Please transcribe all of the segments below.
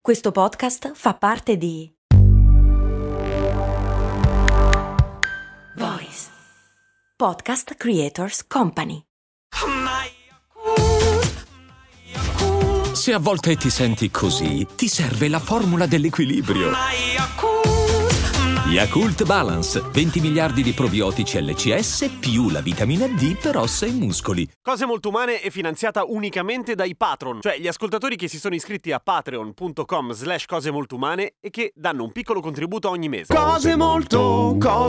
Questo podcast fa parte di Voice Podcast Creators Company. Se a volte ti senti così, ti serve la formula dell'equilibrio. Yakult Balance, 20 miliardi di probiotici LCS più la vitamina D per ossa e muscoli. Cose Molto Umane è finanziata unicamente dai patron, cioè gli ascoltatori che si sono iscritti a patreon.com/cose molto umane e che danno un piccolo contributo ogni mese. Cose molto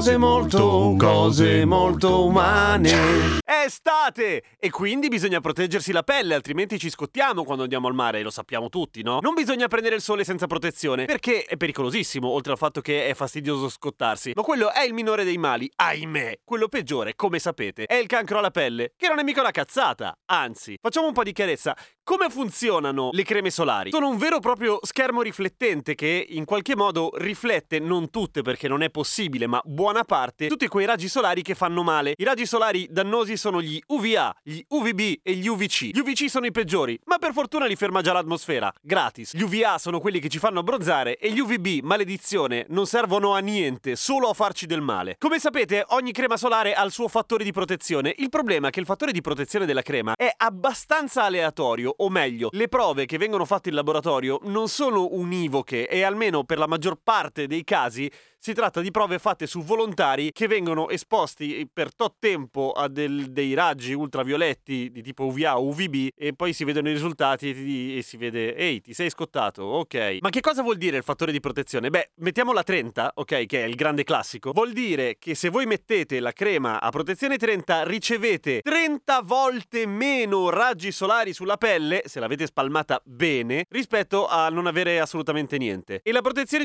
umane. È estate! E quindi bisogna proteggersi la pelle, altrimenti ci scottiamo quando andiamo al mare, e lo sappiamo tutti, no? Non bisogna prendere il sole senza protezione, perché è pericolosissimo, oltre al fatto che è fastidioso scottarsi. Ma quello è il minore dei mali, ahimè. Quello peggiore, come sapete, è il cancro alla pelle, che non è mica una cazzata. Anzi, facciamo un po' di chiarezza. Come funzionano le creme solari? Sono un vero e proprio schermo riflettente che in qualche modo riflette, non tutte perché non è possibile, ma buona parte, tutti quei raggi solari che fanno male. I raggi solari dannosi sono gli UVA, gli UVB e gli UVC. Gli UVC sono i peggiori, ma per fortuna li ferma già l'atmosfera, gratis. Gli UVA sono quelli che ci fanno abbronzare e gli UVB, maledizione, non servono a niente, solo a farci del male. Come sapete, ogni crema solare ha il suo fattore di protezione. Il problema è che il fattore di protezione della crema è abbastanza aleatorio, o meglio, le prove che vengono fatte in laboratorio non sono univoche e almeno per la maggior parte dei casi si tratta di prove fatte su volontari che vengono esposti per tot tempo a dei raggi ultravioletti di tipo UVA o UVB e poi si vedono i risultati e si vede ehi, ti sei scottato, ok. Ma che cosa vuol dire il fattore di protezione? Beh, mettiamola 30, ok, che è il grande classico. Vuol dire che se voi mettete la crema a protezione 30 ricevete 30 volte meno raggi solari sulla pelle, se l'avete spalmata bene, rispetto a non avere assolutamente niente. E la protezione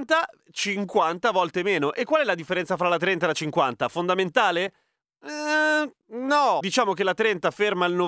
50 volte meno. E qual è la differenza fra la 30 e la 50? Fondamentale? No, diciamo che la 30 ferma il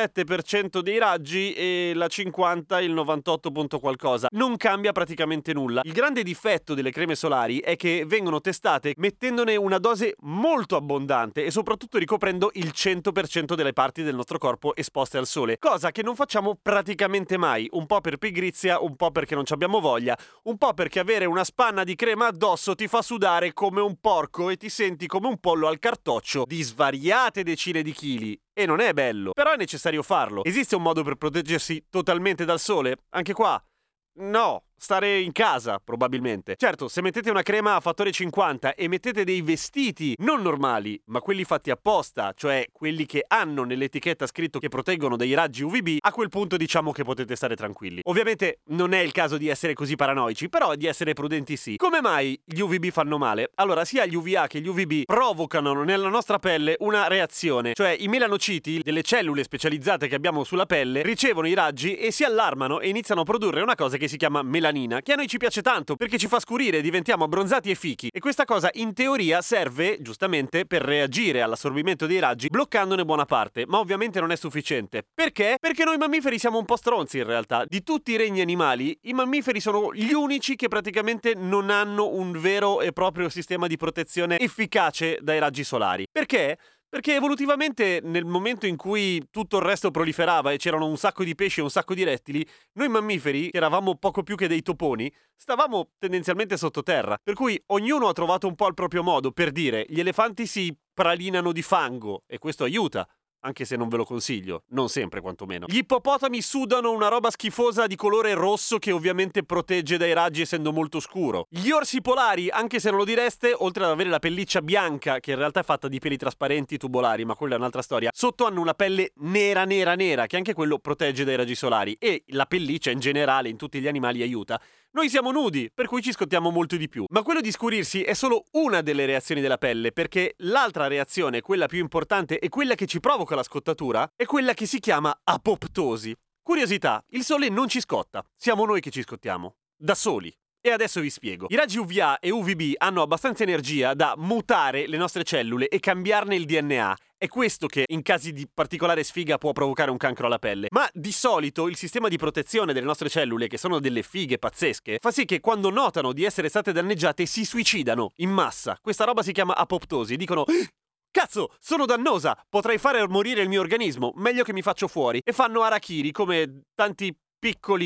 97% dei raggi e la 50 il 98 punto qualcosa. Non cambia praticamente nulla. Il grande difetto delle creme solari è che vengono testate mettendone una dose molto abbondante e soprattutto ricoprendo il 100% delle parti del nostro corpo esposte al sole, cosa che non facciamo praticamente mai, un po' per pigrizia, un po' perché non ci abbiamo voglia, un po' perché avere una spanna di crema addosso ti fa sudare come un porco e ti senti come un pollo al cartoccio di svariate decine di chili. E non è bello, però è necessario farlo. Esiste un modo per proteggersi totalmente dal sole? Anche qua? No, stare in casa, probabilmente. Certo, se mettete una crema a fattore 50 e mettete dei vestiti non normali, ma quelli fatti apposta, cioè quelli che hanno nell'etichetta scritto che proteggono dai raggi UVB, a quel punto diciamo che potete stare tranquilli. Ovviamente non è il caso di essere così paranoici, però di essere prudenti sì. Come mai gli UVB fanno male? Allora, sia gli UVA che gli UVB provocano nella nostra pelle una reazione, cioè i melanociti, delle cellule specializzate che abbiamo sulla pelle, ricevono i raggi e si allarmano e iniziano a produrre una cosa che si chiama melanina, che a noi ci piace tanto perché ci fa scurire, diventiamo abbronzati e fichi. E questa cosa in teoria serve, giustamente, per reagire all'assorbimento dei raggi bloccandone buona parte, ma ovviamente non è sufficiente. Perché? Perché noi mammiferi siamo un po' stronzi in realtà. Di tutti i regni animali, i mammiferi sono gli unici che praticamente non hanno un vero e proprio sistema di protezione efficace dai raggi solari. Perché? Perché evolutivamente nel momento in cui tutto il resto proliferava e c'erano un sacco di pesci e un sacco di rettili, noi mammiferi, che eravamo poco più che dei toponi, stavamo tendenzialmente sottoterra. Per cui ognuno ha trovato un po' il proprio modo. Per dire, gli elefanti si pralinano di fango e questo aiuta. Anche se non ve lo consiglio, non sempre quantomeno. Gli ippopotami sudano una roba schifosa di colore rosso che ovviamente protegge dai raggi essendo molto scuro. Gli orsi polari, anche se non lo direste, oltre ad avere la pelliccia bianca, che in realtà è fatta di peli trasparenti tubolari, ma quella è un'altra storia, sotto hanno una pelle nera, che anche quello protegge dai raggi solari. E la pelliccia in generale in tutti gli animali aiuta. Noi siamo nudi, per cui ci scottiamo molto di più. Ma quello di scurirsi è solo una delle reazioni della pelle, perché l'altra reazione, quella più importante e quella che ci provoca la scottatura, è quella che si chiama apoptosi. Curiosità, il sole non ci scotta, siamo noi che ci scottiamo, da soli. E adesso vi spiego. I raggi UVA e UVB hanno abbastanza energia da mutare le nostre cellule e cambiarne il DNA. È questo che in casi di particolare sfiga può provocare un cancro alla pelle. Ma di solito il sistema di protezione delle nostre cellule, che sono delle fighe pazzesche, fa sì che quando notano di essere state danneggiate si suicidano in massa. Questa roba si chiama apoptosi. Dicono: cazzo, sono dannosa, potrei fare morire il mio organismo, meglio che mi faccio fuori. E fanno harakiri come tanti piccoli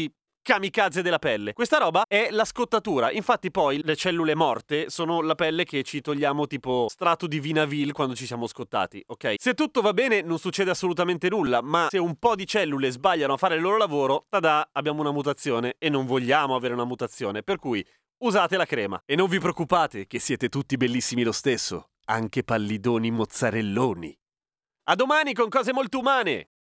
kamikaze della pelle. Questa roba è la scottatura. Infatti poi le cellule morte sono la pelle che ci togliamo tipo strato di Vinavil quando ci siamo scottati, ok? Se tutto va bene non succede assolutamente nulla, ma se un po' di cellule sbagliano a fare il loro lavoro, tada, abbiamo una mutazione e non vogliamo avere una mutazione, per cui usate la crema. E non vi preoccupate che siete tutti bellissimi lo stesso, anche pallidoni mozzarelloni. A domani con cose molto umane!